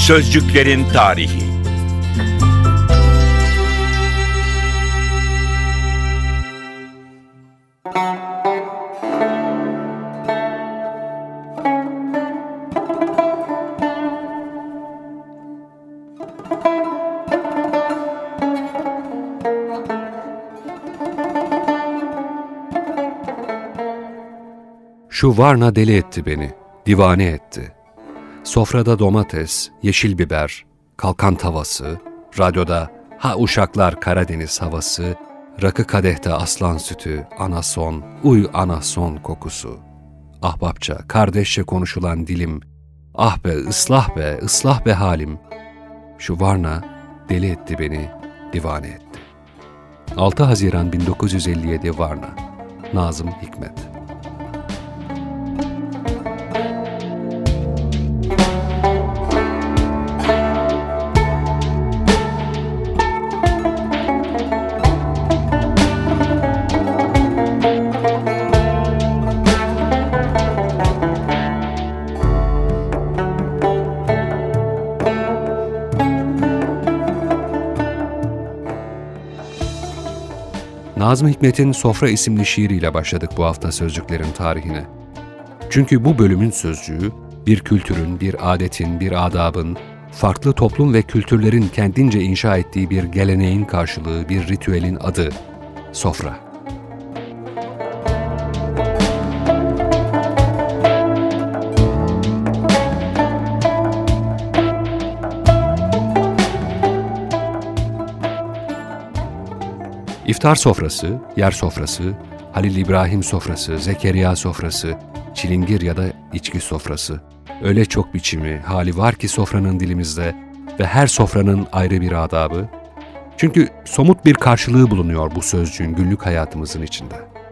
Sözcüklerin tarihi. Şu Varna deli etti beni, divane etti. Sofrada domates, yeşil biber, kalkan tavası, radyoda ha uşaklar Karadeniz havası, rakı kadehte aslan sütü, anason, uy anason kokusu. Ahbapça, kardeşçe konuşulan dilim, ah be, ıslah be halim. Şu Varna deli etti beni, divane etti. 6 Haziran 1957 Varna, Nazım Hikmet. Nazım Hikmet'in Sofra isimli şiiriyle başladık bu hafta Sözcüklerin tarihine. Çünkü bu bölümün sözcüğü, bir kültürün, bir adetin, bir adabın, farklı toplum ve kültürlerin kendince inşa ettiği bir geleneğin karşılığı, bir ritüelin adı, sofra. İftar sofrası, yer sofrası, Halil İbrahim sofrası, Zekeriya sofrası, çilingir ya da içki sofrası. Öyle çok biçimi, hali var ki sofranın dilimizde ve her sofranın ayrı bir adabı. Çünkü somut bir karşılığı bulunuyor bu sözcüğün günlük hayatımızın içinde.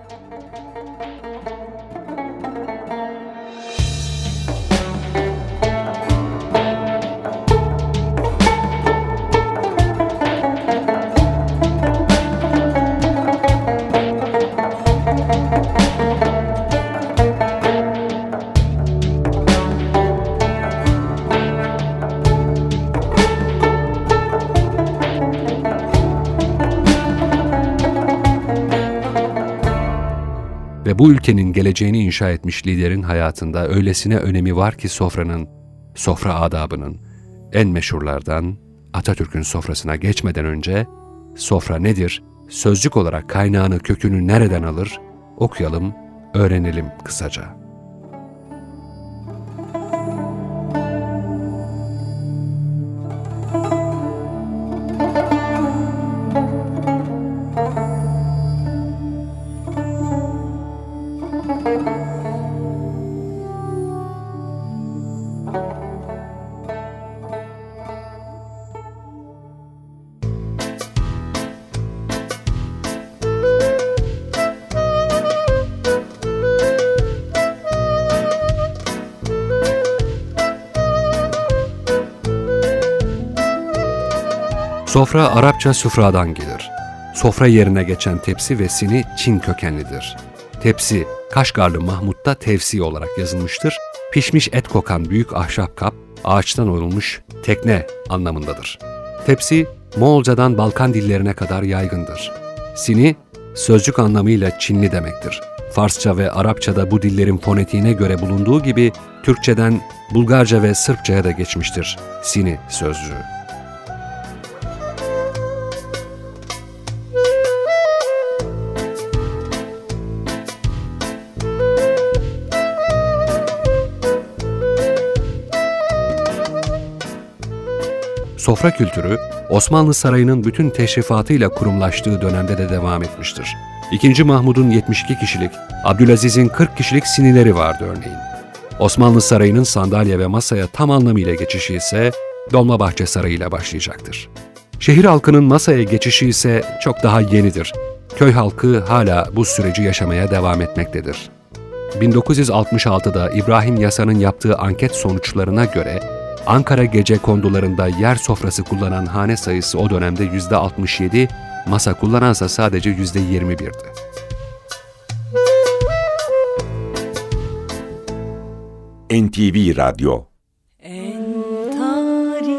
Ve bu ülkenin geleceğini inşa etmiş liderin hayatında öylesine önemi var ki sofranın, sofra adabının, en meşhurlardan Atatürk'ün sofrasına geçmeden önce sofra nedir, sözcük olarak kaynağını, kökünü nereden alır, okuyalım, öğrenelim kısaca. Sofra Arapça süfradan gelir. Sofra yerine geçen tepsi ve sini Çin kökenlidir. Tepsi, Kaşgarlı Mahmut'ta tevsi olarak yazılmıştır. Pişmiş et kokan büyük ahşap kap, ağaçtan oyulmuş tekne anlamındadır. Tepsi, Moğolcadan Balkan dillerine kadar yaygındır. Sini, sözcük anlamıyla Çinli demektir. Farsça ve Arapçada bu dillerin fonetiğine göre bulunduğu gibi Türkçeden Bulgarca ve Sırpçaya da geçmiştir sini sözcüğü. Sofra kültürü, Osmanlı Sarayı'nın bütün teşrifatıyla kurumlaştığı dönemde de devam etmiştir. II. Mahmud'un 72 kişilik, Abdülaziz'in 40 kişilik sinileri vardı örneğin. Osmanlı Sarayı'nın sandalye ve masaya tam anlamıyla geçişi ise Dolmabahçe Sarayı ile başlayacaktır. Şehir halkının masaya geçişi ise çok daha yenidir. Köy halkı hala bu süreci yaşamaya devam etmektedir. 1966'da İbrahim Yasa'nın yaptığı anket sonuçlarına göre Ankara gecekondularında yer sofrası kullanan hane sayısı o dönemde %67, masa kullanansa sadece %21'di. NTV Radyo.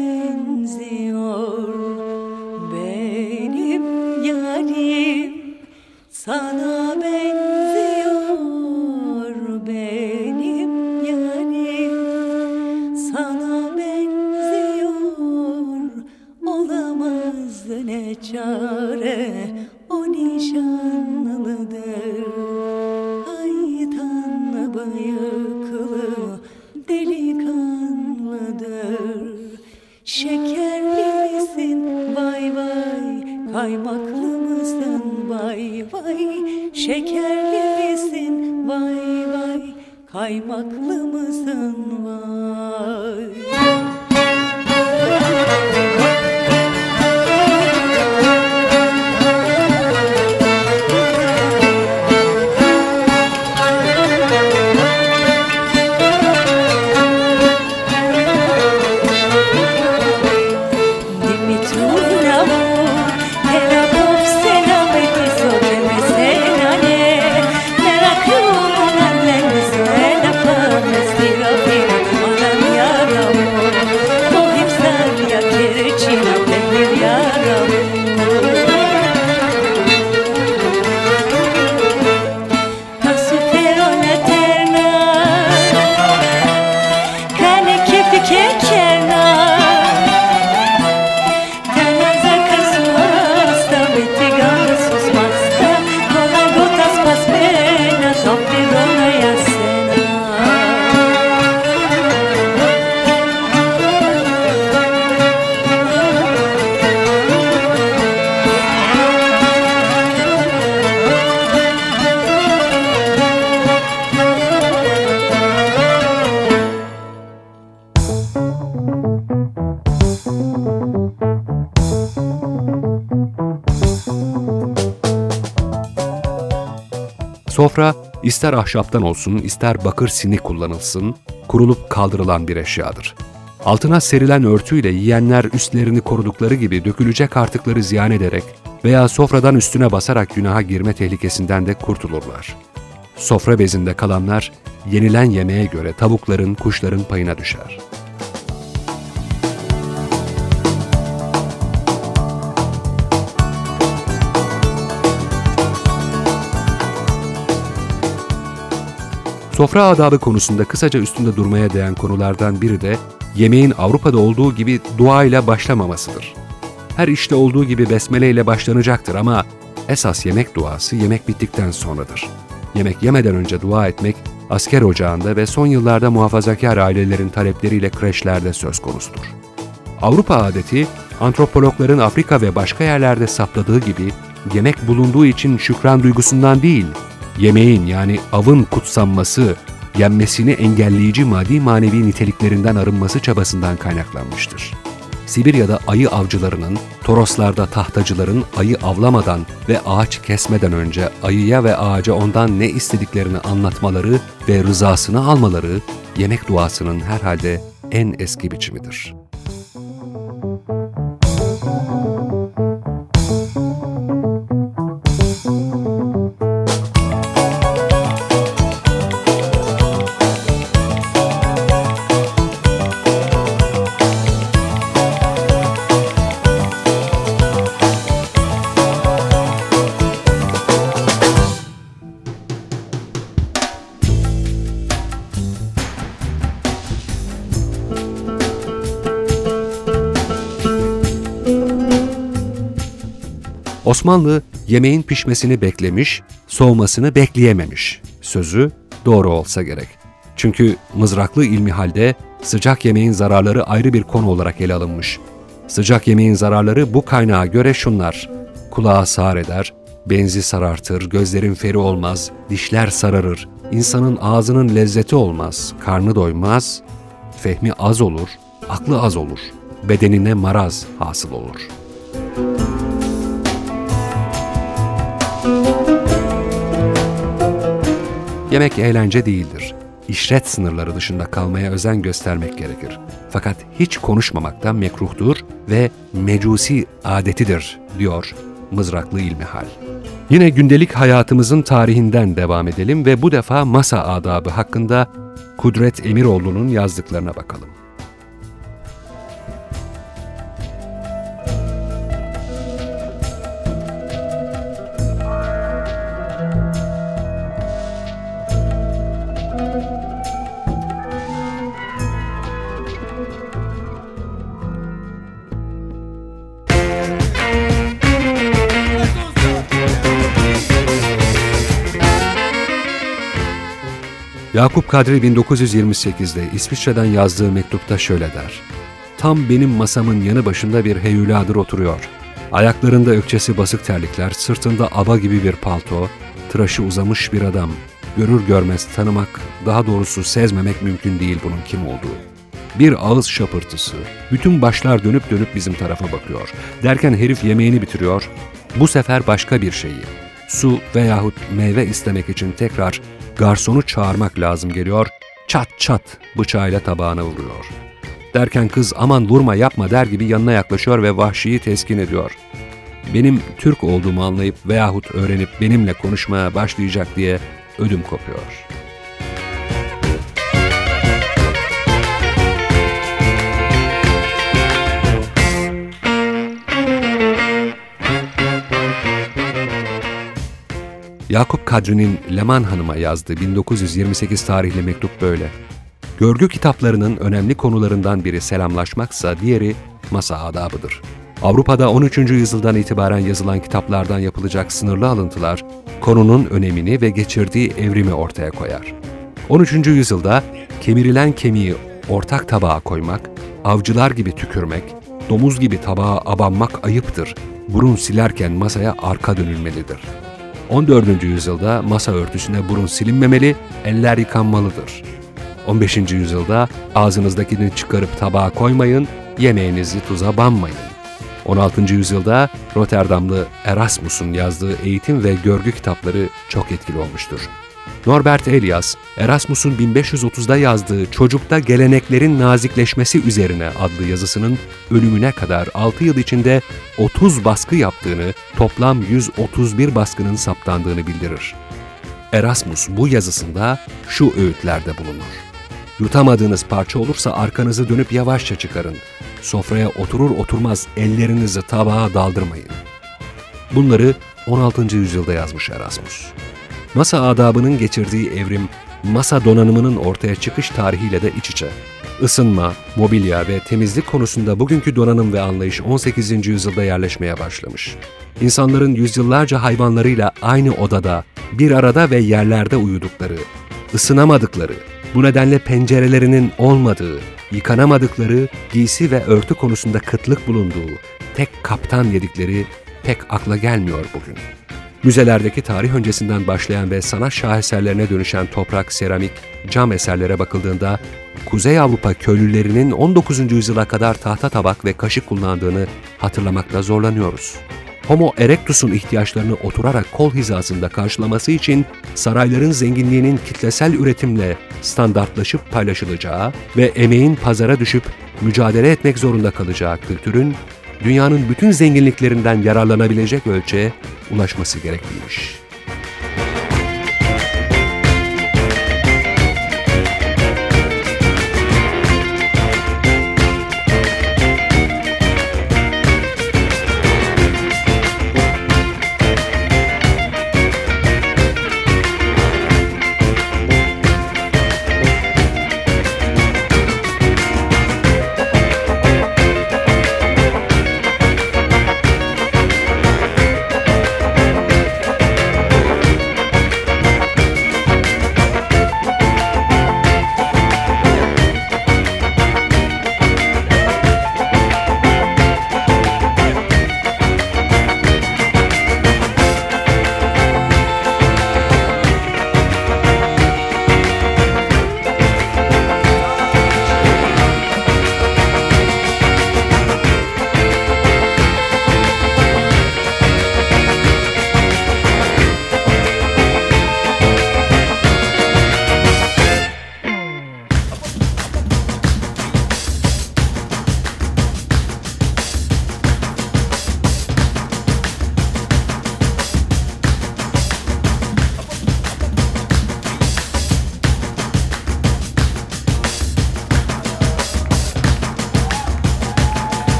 benziyor benim yarim, sana benziyor benim yarim, sana benziyor, olamaz ne çare, o nişanlıdır. Aytan bıyıklı delikanlıdır. Şekerli misin vay vay, kaymaklı mısın vay vay, şekerli misin vay vay, kaymaklı mısın vay. Sofra, ister ahşaptan olsun, ister bakır sinik kullanılsın, kurulup kaldırılan bir eşyadır. Altına serilen örtüyle yiyenler üstlerini korudukları gibi dökülecek artıkları ziyan ederek veya sofradan üstüne basarak günaha girme tehlikesinden de kurtulurlar. Sofra bezinde kalanlar, yenilen yemeğe göre tavukların, kuşların payına düşer. Sofra adabı konusunda kısaca üstünde durmaya değen konulardan biri de yemeğin Avrupa'da olduğu gibi dua ile başlamamasıdır. Her işte olduğu gibi besmele ile başlanacaktır ama esas yemek duası yemek bittikten sonradır. Yemek yemeden önce dua etmek asker ocağında ve son yıllarda muhafazakar ailelerin talepleriyle kreşlerde söz konusudur. Avrupa adeti, antropologların Afrika ve başka yerlerde saptadığı gibi yemek bulunduğu için şükran duygusundan değil, yemeğin yani avın kutsanması, yenmesini engelleyici maddi manevi niteliklerinden arınması çabasından kaynaklanmıştır. Sibirya'da ayı avcılarının, Toroslarda tahtacıların ayı avlamadan ve ağaç kesmeden önce ayıya ve ağaca ondan ne istediklerini anlatmaları ve rızasını almaları, yemek duasının herhalde en eski biçimidir. Osmanlı, yemeğin pişmesini beklemiş, soğumasını bekleyememiş sözü doğru olsa gerek. Çünkü mızraklı ilmihalde sıcak yemeğin zararları ayrı bir konu olarak ele alınmış. Sıcak yemeğin zararları bu kaynağa göre şunlar: kulağı sağır eder, benzi sarartır, gözlerin feri olmaz, dişler sararır, insanın ağzının lezzeti olmaz, karnı doymaz, fehmi az olur, aklı az olur, bedenine maraz hasıl olur. Yemek eğlence değildir. İşret sınırları dışında kalmaya özen göstermek gerekir. Fakat hiç konuşmamaktan mekruhtur ve mecusi adetidir, diyor mızraklı ilmihal. Yine gündelik hayatımızın tarihinden devam edelim ve bu defa masa adabı hakkında Kudret Emiroğlu'nun yazdıklarına bakalım. Yakup Kadri 1928'de İsviçre'den yazdığı mektupta şöyle der: "Tam benim masamın yanı başında bir heyuladır oturuyor. Ayaklarında ökçesi basık terlikler, sırtında aba gibi bir palto, tıraşı uzamış bir adam. Görür görmez tanımak, daha doğrusu sezmemek mümkün değil bunun kim olduğu. Bir ağız şapırtısı, bütün başlar dönüp dönüp bizim tarafa bakıyor. Derken herif yemeğini bitiriyor, bu sefer başka bir şeyi, su veyahut meyve istemek için tekrar garsonu çağırmak lazım geliyor, çat çat bıçağıyla tabağına vuruyor. Derken kız aman vurma yapma der gibi yanına yaklaşıyor ve vahşiyi teskin ediyor. Benim Türk olduğumu anlayıp veyahut öğrenip benimle konuşmaya başlayacak diye ödüm kopuyor." Yakup Kadri'nin Leman Hanım'a yazdığı 1928 tarihli mektup böyle: "Görgü kitaplarının önemli konularından biri selamlaşmaksa diğeri masa adabıdır. Avrupa'da 13. yüzyıldan itibaren yazılan kitaplardan yapılacak sınırlı alıntılar, konunun önemini ve geçirdiği evrimi ortaya koyar. 13. yüzyılda kemirilen kemiği ortak tabağa koymak, avcılar gibi tükürmek, domuz gibi tabağa abanmak ayıptır. Burun silerken masaya arka dönülmelidir. 14. yüzyılda masa örtüsüne burun silinmemeli, eller yıkanmalıdır. 15. yüzyılda ağzınızdakini çıkarıp tabağa koymayın, yemeğinizi tuza banmayın. 16. yüzyılda Rotterdamlı Erasmus'un yazdığı eğitim ve görgü kitapları çok etkili olmuştur. Norbert Elias, Erasmus'un 1530'da yazdığı Çocukta Geleneklerin Nazikleşmesi Üzerine adlı yazısının ölümüne kadar 6 yıl içinde 30 baskı yaptığını, toplam 131 baskının saptandığını bildirir. Erasmus bu yazısında şu öğütlerde bulunur: "Yutamadığınız parça olursa arkanızı dönüp yavaşça çıkarın. Sofraya oturur oturmaz ellerinizi tabağa daldırmayın." Bunları 16. yüzyılda yazmış Erasmus. Masa adabının geçirdiği evrim, masa donanımının ortaya çıkış tarihiyle de iç içe. Isınma, mobilya ve temizlik konusunda bugünkü donanım ve anlayış 18. yüzyılda yerleşmeye başlamış. İnsanların yüzyıllarca hayvanlarıyla aynı odada, bir arada ve yerlerde uyudukları, ısınamadıkları, bu nedenle pencerelerinin olmadığı, yıkanamadıkları, giysi ve örtü konusunda kıtlık bulunduğu, tek kaptan yedikleri pek akla gelmiyor bugün. Müzelerdeki tarih öncesinden başlayan ve sanat şaheserlerine dönüşen toprak, seramik, cam eserlere bakıldığında, Kuzey Avrupa köylülerinin 19. yüzyıla kadar tahta tabak ve kaşık kullandığını hatırlamakta zorlanıyoruz. Homo erectus'un ihtiyaçlarını oturarak kol hizasında karşılaması için sarayların zenginliğinin kitlesel üretimle standartlaşıp paylaşılacağı ve emeğin pazara düşüp mücadele etmek zorunda kalacağı kültürün, dünyanın bütün zenginliklerinden yararlanabilecek ölçüye ulaşması gerekliymiş.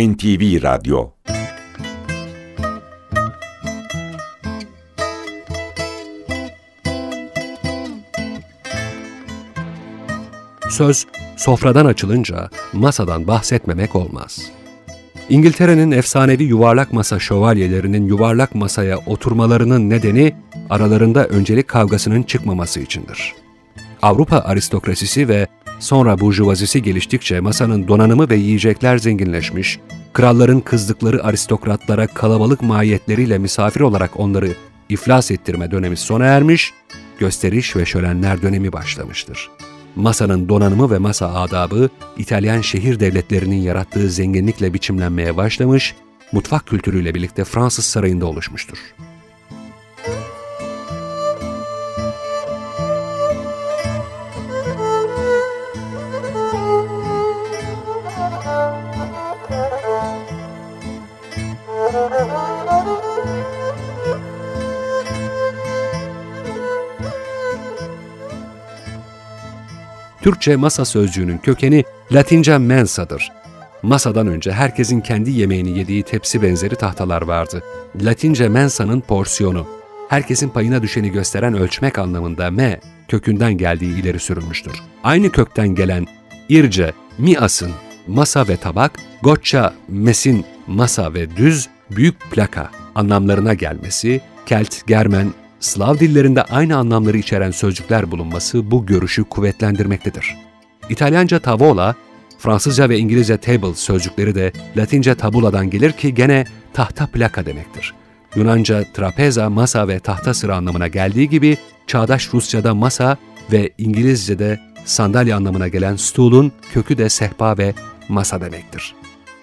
NTV Radyo. Söz sofradan açılınca masadan bahsetmemek olmaz. İngiltere'nin efsanevi yuvarlak masa şövalyelerinin yuvarlak masaya oturmalarının nedeni aralarında öncelik kavgasının çıkmaması içindir. Avrupa aristokrasisi ve sonra burjuvazisi geliştikçe masanın donanımı ve yiyecekler zenginleşmiş, kralların kızdıkları aristokratlara kalabalık mahiyetleriyle misafir olarak onları iflas ettirme dönemi sona ermiş, gösteriş ve şölenler dönemi başlamıştır. Masanın donanımı ve masa adabı, İtalyan şehir devletlerinin yarattığı zenginlikle biçimlenmeye başlamış, mutfak kültürüyle birlikte Fransız sarayında oluşmuştur. Türkçe masa sözcüğünün kökeni Latince mensadır. Masadan önce herkesin kendi yemeğini yediği tepsi benzeri tahtalar vardı. Latince mensa'nın porsiyonu, herkesin payına düşeni gösteren ölçmek anlamında me kökünden geldiği ileri sürülmüştür. Aynı kökten gelen irce, mias'ın masa ve tabak, goccia, mesin masa ve düz, büyük plaka anlamlarına gelmesi, Kelt, Germen, Slav dillerinde aynı anlamları içeren sözcükler bulunması bu görüşü kuvvetlendirmektedir. İtalyanca tavola, Fransızca ve İngilizce table sözcükleri de Latince tabuladan gelir ki gene tahta plaka demektir. Yunanca trapeza, masa ve tahta sıra anlamına geldiği gibi çağdaş Rusça'da masa ve İngilizce'de sandalye anlamına gelen stool'un kökü de sehpa ve masa demektir.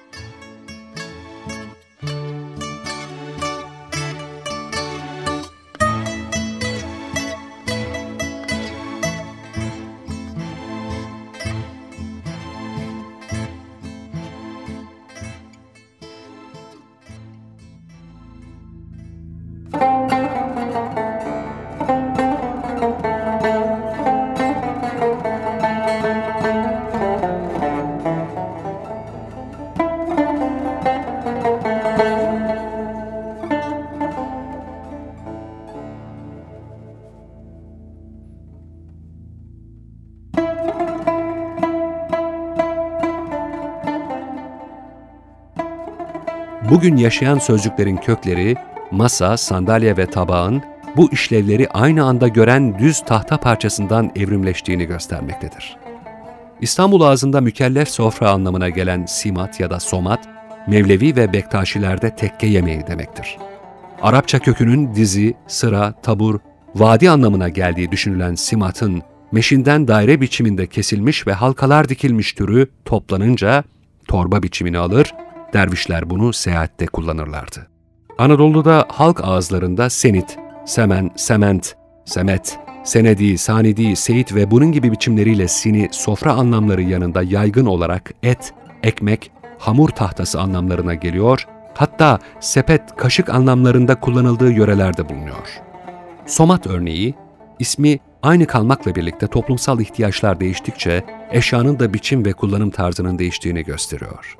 Bugün yaşayan sözcüklerin kökleri, masa, sandalye ve tabağın bu işlevleri aynı anda gören düz tahta parçasından evrimleştiğini göstermektedir. İstanbul ağzında mükellef sofra anlamına gelen simat ya da somat, Mevlevi ve Bektaşilerde tekke yemeği demektir. Arapça kökünün dizi, sıra, tabur, vadi anlamına geldiği düşünülen simatın, meşinden daire biçiminde kesilmiş ve halkalar dikilmiş türü toplanınca torba biçimini alır, dervişler bunu seyahatte kullanırlardı. Anadolu'da halk ağızlarında senit, semen, sement, semet, senedi, sanidi, seyit ve bunun gibi biçimleriyle sini sofra anlamları yanında yaygın olarak et, ekmek, hamur tahtası anlamlarına geliyor, hatta sepet, kaşık anlamlarında kullanıldığı yörelerde bulunuyor. Somat örneği, ismi aynı kalmakla birlikte toplumsal ihtiyaçlar değiştikçe eşyanın da biçim ve kullanım tarzının değiştiğini gösteriyor.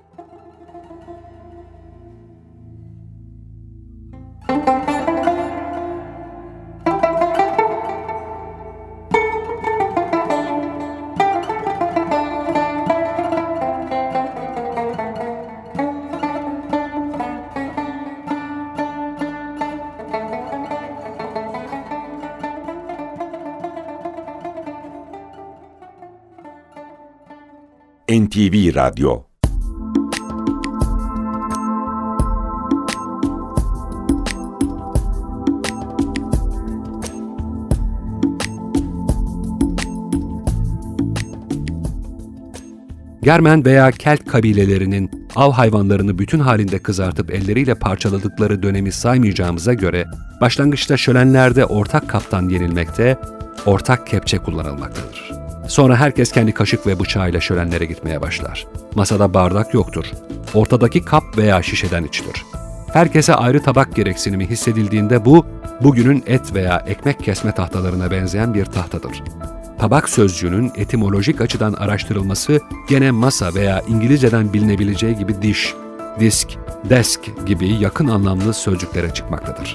NTV Radyo. Germen veya Kelt kabilelerinin av hayvanlarını bütün halinde kızartıp elleriyle parçaladıkları dönemi saymayacağımıza göre, başlangıçta şölenlerde ortak kaptan yenilmekte, ortak kepçe kullanılmaktadır. Sonra herkes kendi kaşık ve bıçağıyla şölenlere gitmeye başlar. Masada bardak yoktur. Ortadaki kap veya şişeden içilir. Herkese ayrı tabak gereksinimi hissedildiğinde bu, bugünün et veya ekmek kesme tahtalarına benzeyen bir tahtadır. tabak sözcüğünün etimolojik açıdan araştırılması gene masa veya İngilizceden bilinebileceği gibi dish, disk, desk gibi yakın anlamlı sözcüklere çıkmaktadır.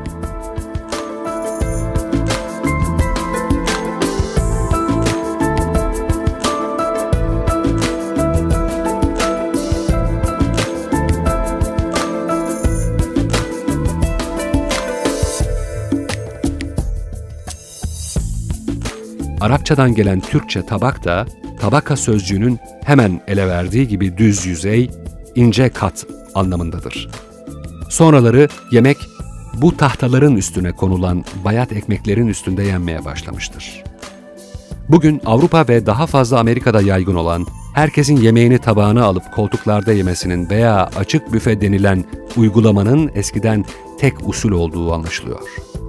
Arapçadan gelen Türkçe tabak da, tabaka sözcüğünün hemen ele verdiği gibi düz yüzey, ince kat anlamındadır. Sonraları yemek, bu tahtaların üstüne konulan bayat ekmeklerin üstünde yenmeye başlamıştır. Bugün Avrupa ve daha fazla Amerika'da yaygın olan, herkesin yemeğini tabağına alıp koltuklarda yemesinin veya açık büfe denilen uygulamanın eskiden tek usul olduğu anlaşılıyor.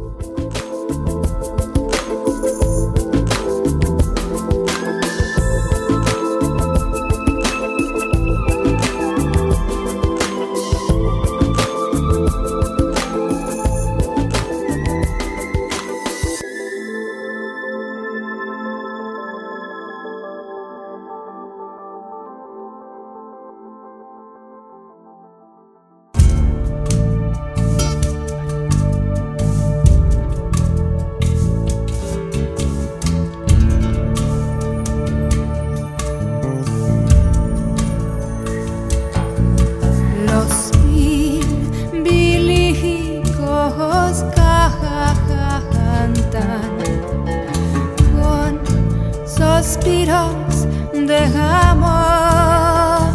Suspiros de amor,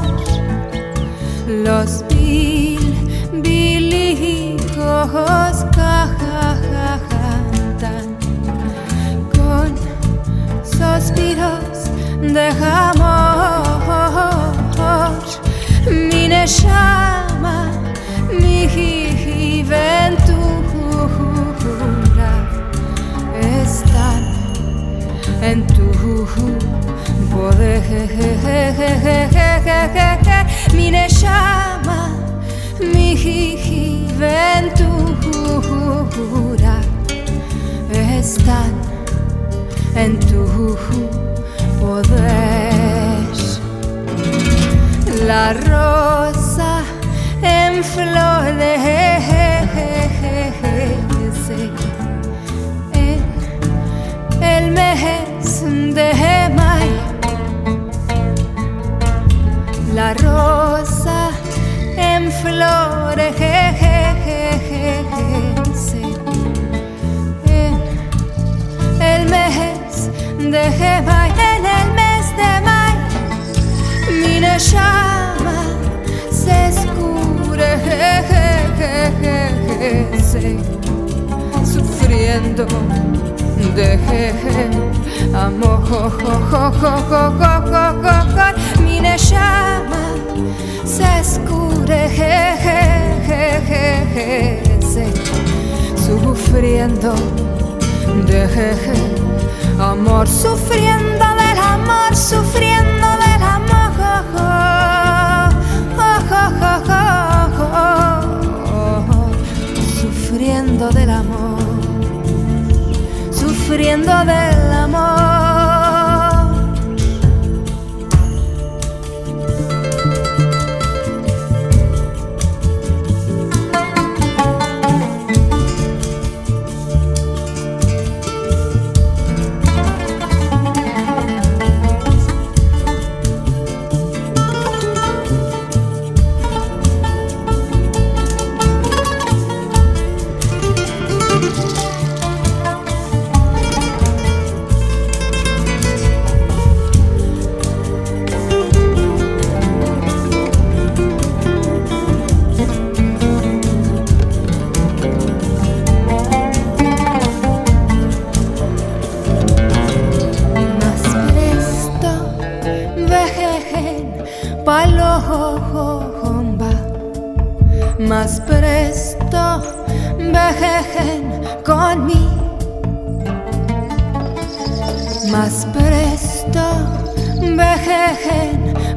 los bilílicos cantan con suspiros de amor. Mi neshama, mi ventura están en tu poder. Mi neshama, mi ventura están en tu poder. La rosa en florece en el mes de mayo. La rosa en florece en el mes de mayo. En el mes de mayo mi neshama se oscurece sufriendo de amor. Mi neshama se oscurece sufriendo de amor, sufriendo del amor, sufriendo del amor. Sufriendo del amor, sufriendo del amor. Más presto vejen conmigo, más presto vejen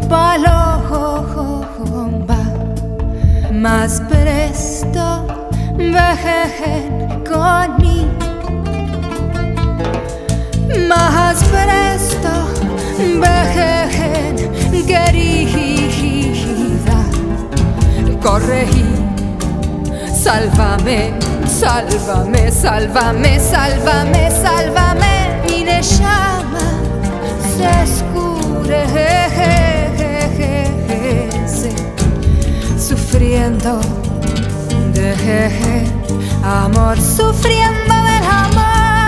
palomba, más presto vejen conmigo, más presto, vejehen querida, corre y sálvame, sálvame, sálvame, sálvame, sálvame. Mi llama se escurece, sufriendo de amor, sufriendo del amor.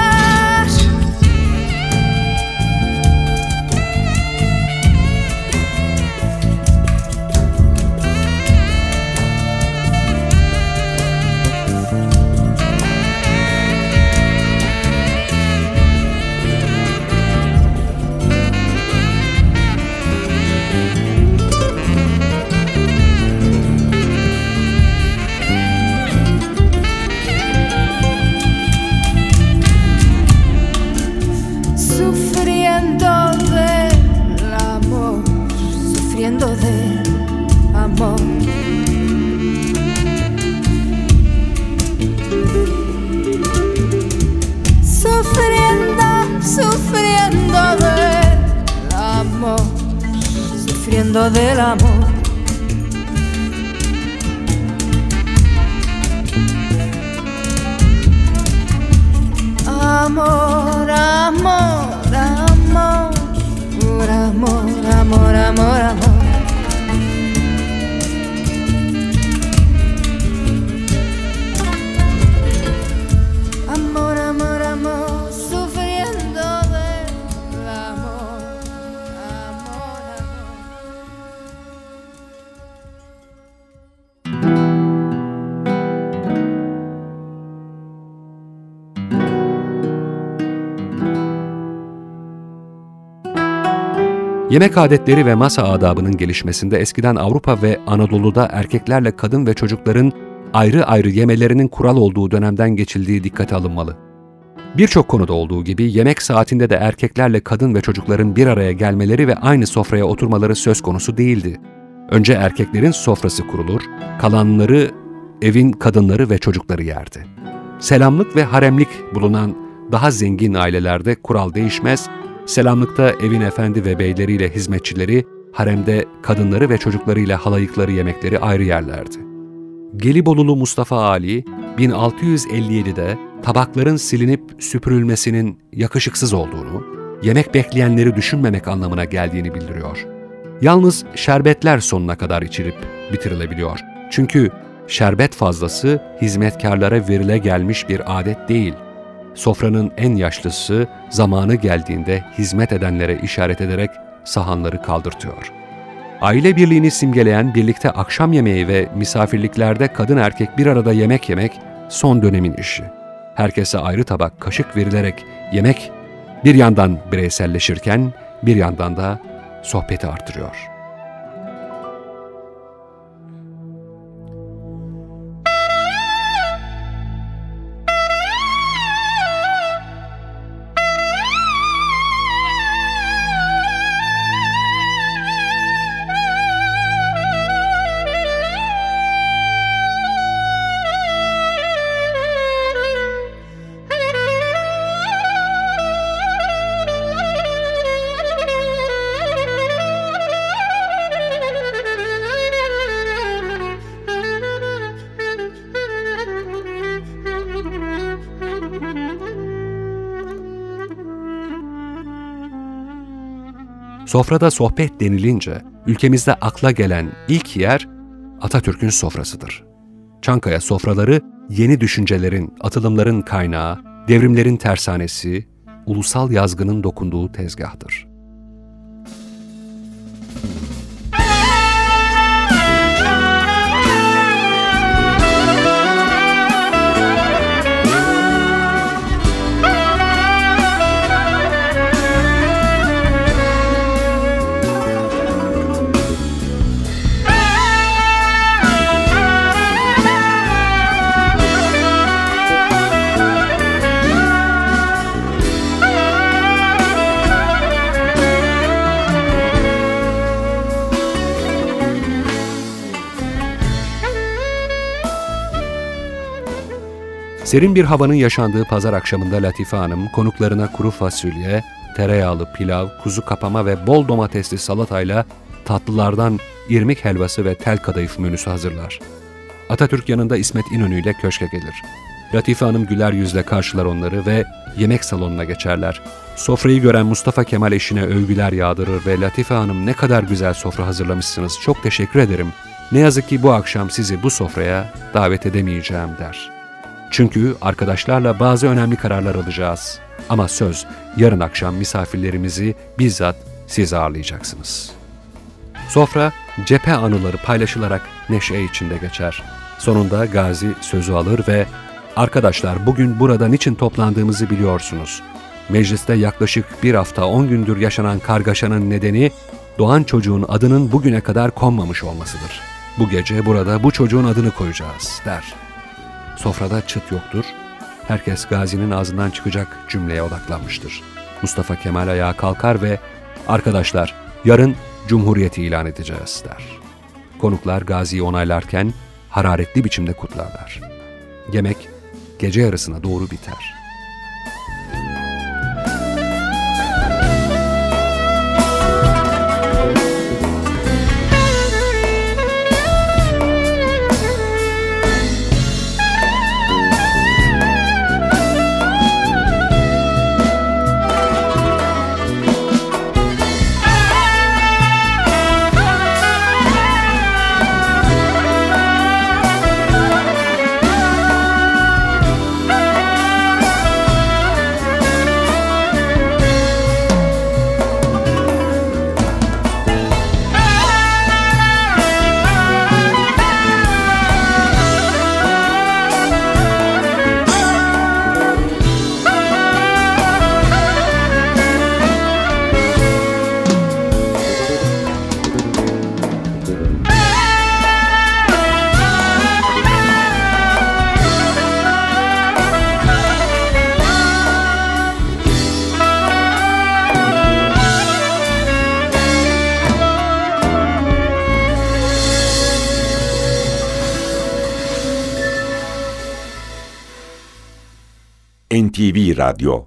Sufriendo del amor. Amor, amor, amor, amor, amor, amor, amor. Amor, amor, amor, sufriendo del amor. Amor, Yemek adetleri ve masa adabının gelişmesinde eskiden Avrupa ve Anadolu'da erkeklerle kadın ve çocukların ayrı ayrı yemelerinin kural olduğu dönemden geçildiği dikkate alınmalı. Birçok konuda olduğu gibi yemek saatinde de erkeklerle kadın ve çocukların bir araya gelmeleri ve aynı sofraya oturmaları söz konusu değildi. Önce erkeklerin sofrası kurulur, kalanları evin kadınları ve çocukları yerdi. Selamlık ve haremlik bulunan daha zengin ailelerde kural değişmez, selamlıkta evin efendi ve beyleriyle hizmetçileri, haremde kadınları ve çocuklarıyla halayıkları yemekleri ayrı yerlerdi. Gelibolulu Mustafa Ali, 1657'de tabakların silinip süpürülmesinin yakışıksız olduğunu, yemek bekleyenleri düşünmemek anlamına geldiğini bildiriyor. Yalnız şerbetler sonuna kadar içilip bitirilebiliyor. Çünkü şerbet fazlası hizmetkarlara verile gelmiş bir adet değil. Sofranın en yaşlısı zamanı geldiğinde hizmet edenlere işaret ederek sahanları kaldırtıyor. Aile birliğini simgeleyen birlikte akşam yemeği ve misafirliklerde kadın erkek bir arada yemek yemek son dönemin işi. Herkese ayrı tabak, kaşık verilerek yemek bir yandan bireyselleşirken bir yandan da sohbeti artırıyor. Sofrada sohbet denilince ülkemizde akla gelen ilk yer Atatürk'ün sofrasıdır. Çankaya sofraları yeni düşüncelerin, atılımların kaynağı, devrimlerin tersanesi, ulusal yazgının dokunduğu tezgahtır. Serin bir havanın yaşandığı pazar akşamında Latife Hanım konuklarına kuru fasulye, tereyağlı pilav, kuzu kapama ve bol domatesli salatayla tatlılardan irmik helvası ve tel kadayıf menüsü hazırlar. Atatürk yanında İsmet İnönü ile köşke gelir. Latife Hanım güler yüzle karşılar onları ve yemek salonuna geçerler. Sofrayı gören Mustafa Kemal eşine övgüler yağdırır ve Latife Hanım ne kadar güzel sofra hazırlamışsınız, çok teşekkür ederim. Ne yazık ki bu akşam sizi bu sofraya davet edemeyeceğim der. Çünkü arkadaşlarla bazı önemli kararlar alacağız. Ama söz, yarın akşam misafirlerimizi bizzat siz ağırlayacaksınız. Sofra, cephe anıları paylaşılarak neşe içinde geçer. Sonunda Gazi sözü alır ve "Arkadaşlar, bugün burada niçin toplandığımızı biliyorsunuz. Mecliste yaklaşık 1 hafta 10 gündür yaşanan kargaşanın nedeni doğan çocuğun adının bugüne kadar konmamış olmasıdır. Bu gece burada bu çocuğun adını koyacağız" der. Sofrada çıt yoktur. Herkes Gazi'nin ağzından çıkacak cümleye odaklanmıştır. Mustafa Kemal ayağa kalkar ve "Arkadaşlar, yarın Cumhuriyeti ilan edeceğiz" der. Konuklar Gazi'yi onaylarken hararetli biçimde kutlarlar. Yemek gece yarısına doğru biter. NTV Radyo.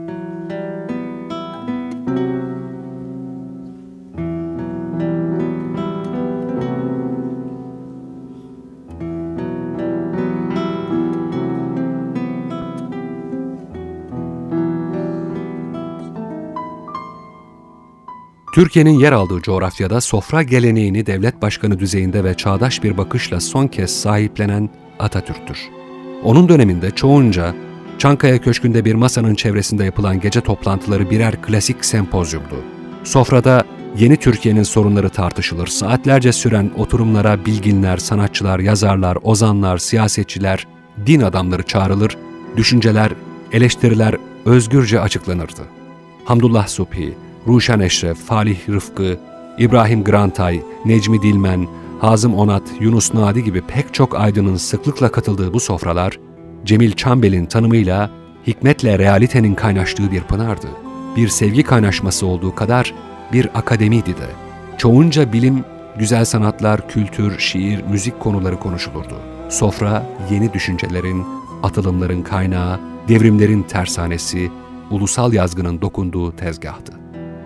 Türkiye'nin yer aldığı coğrafyada sofra geleneğini devlet başkanı düzeyinde ve çağdaş bir bakışla son kez sahiplenen Atatürk'tür. Onun döneminde çoğunca Çankaya Köşkü'nde bir masanın çevresinde yapılan gece toplantıları birer klasik sempozyumdu. Sofrada yeni Türkiye'nin sorunları tartışılır, saatlerce süren oturumlara bilginler, sanatçılar, yazarlar, ozanlar, siyasetçiler, din adamları çağrılır, düşünceler, eleştiriler özgürce açıklanırdı. Hamdullah Subhi, Ruşen Eşref, Falih Rıfkı, İbrahim Grantay, Necmi Dilmen, Hazım Onat, Yunus Nadi gibi pek çok aydının sıklıkla katıldığı bu sofralar, Cemil Çambel'in tanımıyla hikmetle realitenin kaynaştığı bir pınardı. Bir sevgi kaynaşması olduğu kadar bir akademiydi de. Çoğunca bilim, güzel sanatlar, kültür, şiir, müzik konuları konuşulurdu. Sofra, yeni düşüncelerin, atılımların kaynağı, devrimlerin tersanesi, ulusal yazgının dokunduğu tezgahtı.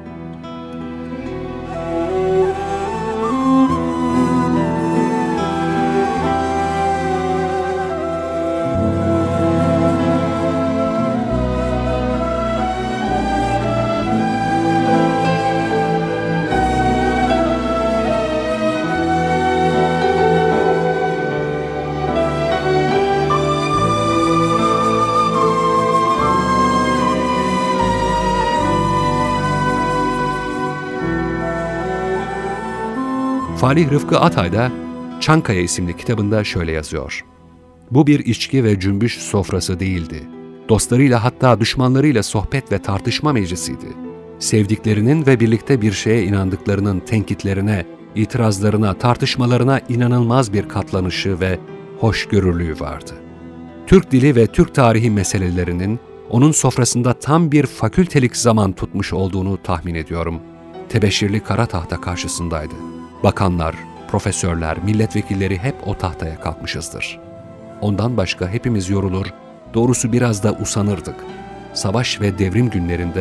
Falih Rıfkı Atay da Çankaya isimli kitabında şöyle yazıyor. Bu bir içki ve cümbüş sofrası değildi. Dostlarıyla hatta düşmanlarıyla sohbet ve tartışma meclisiydi. Sevdiklerinin ve birlikte bir şeye inandıklarının tenkitlerine, itirazlarına, tartışmalarına inanılmaz bir katlanışı ve hoşgörülüğü vardı. Türk dili ve Türk tarihi meselelerinin onun sofrasında tam bir fakültelik zaman tutmuş olduğunu tahmin ediyorum. Tebeşirli kara tahta karşısındaydı. Bakanlar, profesörler, milletvekilleri hep o tahtaya kalkmışızdır. Ondan başka hepimiz yorulur, doğrusu biraz da usanırdık. Savaş ve devrim günlerinde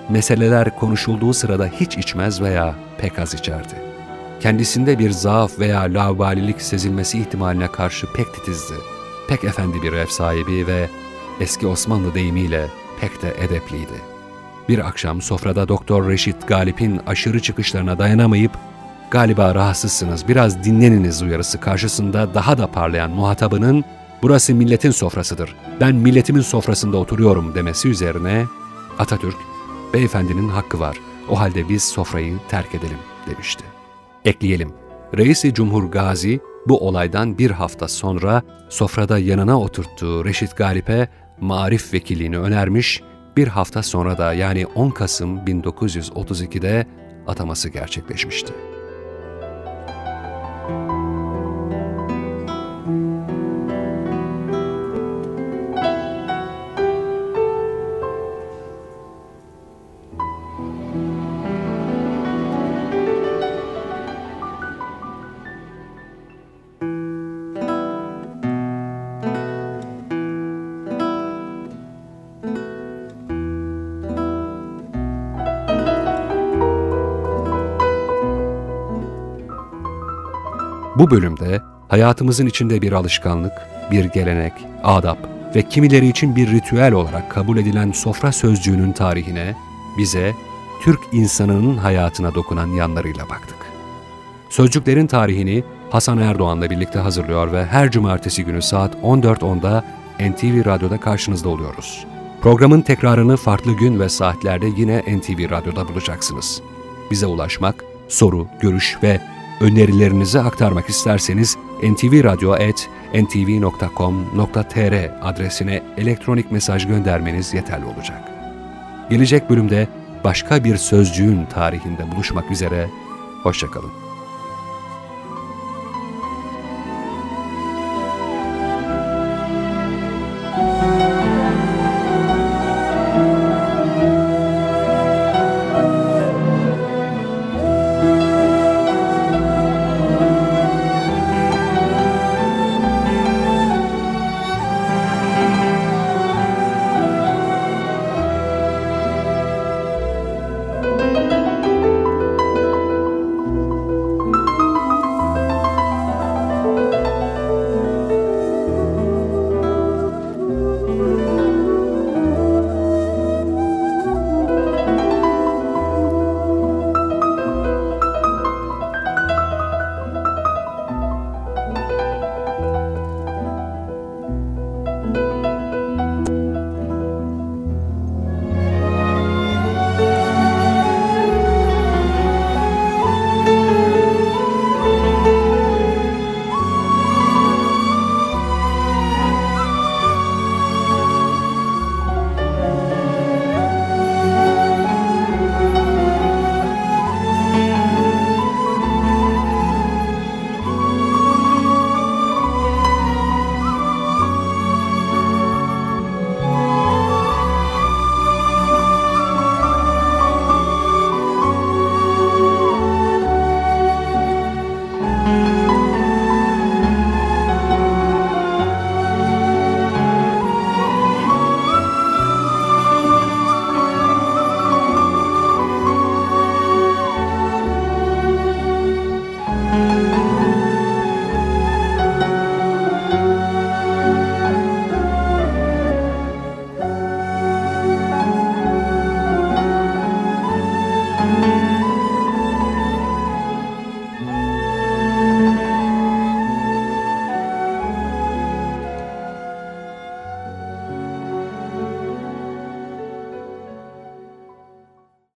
meseleler konuşulduğu sırada hiç içmez veya pek az içerdi. Kendisinde bir zaaf veya laubalilik sezilmesi ihtimaline karşı pek titizdi. Pek efendi bir ev sahibi ve eski Osmanlı deyimiyle pek de edepliydi. Bir akşam sofrada Doktor Reşit Galip'in aşırı çıkışlarına dayanamayıp "Galiba rahatsızsınız, biraz dinleniniz" uyarısı karşısında daha da parlayan muhatabının "Burası milletin sofrasıdır, ben milletimin sofrasında oturuyorum" demesi üzerine Atatürk, "Beyefendinin hakkı var, o halde biz sofrayı terk edelim" demişti. Ekleyelim, Reis-i Cumhur Gazi bu olaydan bir hafta sonra sofrada yanına oturttuğu Reşit Galip'e maarif vekilliğini önermiş, bir hafta sonra da yani 10 Kasım 1932'de ataması gerçekleşmişti. Bu bölümde hayatımızın içinde bir alışkanlık, bir gelenek, adap ve kimileri için bir ritüel olarak kabul edilen sofra sözcüğünün tarihine, bize Türk insanının hayatına dokunan yanlarıyla baktık. Sözcüklerin tarihini Hasan Erdoğan'la birlikte hazırlıyor ve her cumartesi günü saat 14.10'da NTV Radyo'da karşınızda oluyoruz. Programın tekrarını farklı gün ve saatlerde yine NTV Radyo'da bulacaksınız. Bize ulaşmak, soru, görüş ve önerilerinizi aktarmak isterseniz ntvradio@ntv.com.tr adresine elektronik mesaj göndermeniz yeterli olacak. Gelecek bölümde başka bir sözcüğün tarihinde buluşmak üzere, hoşça kalın.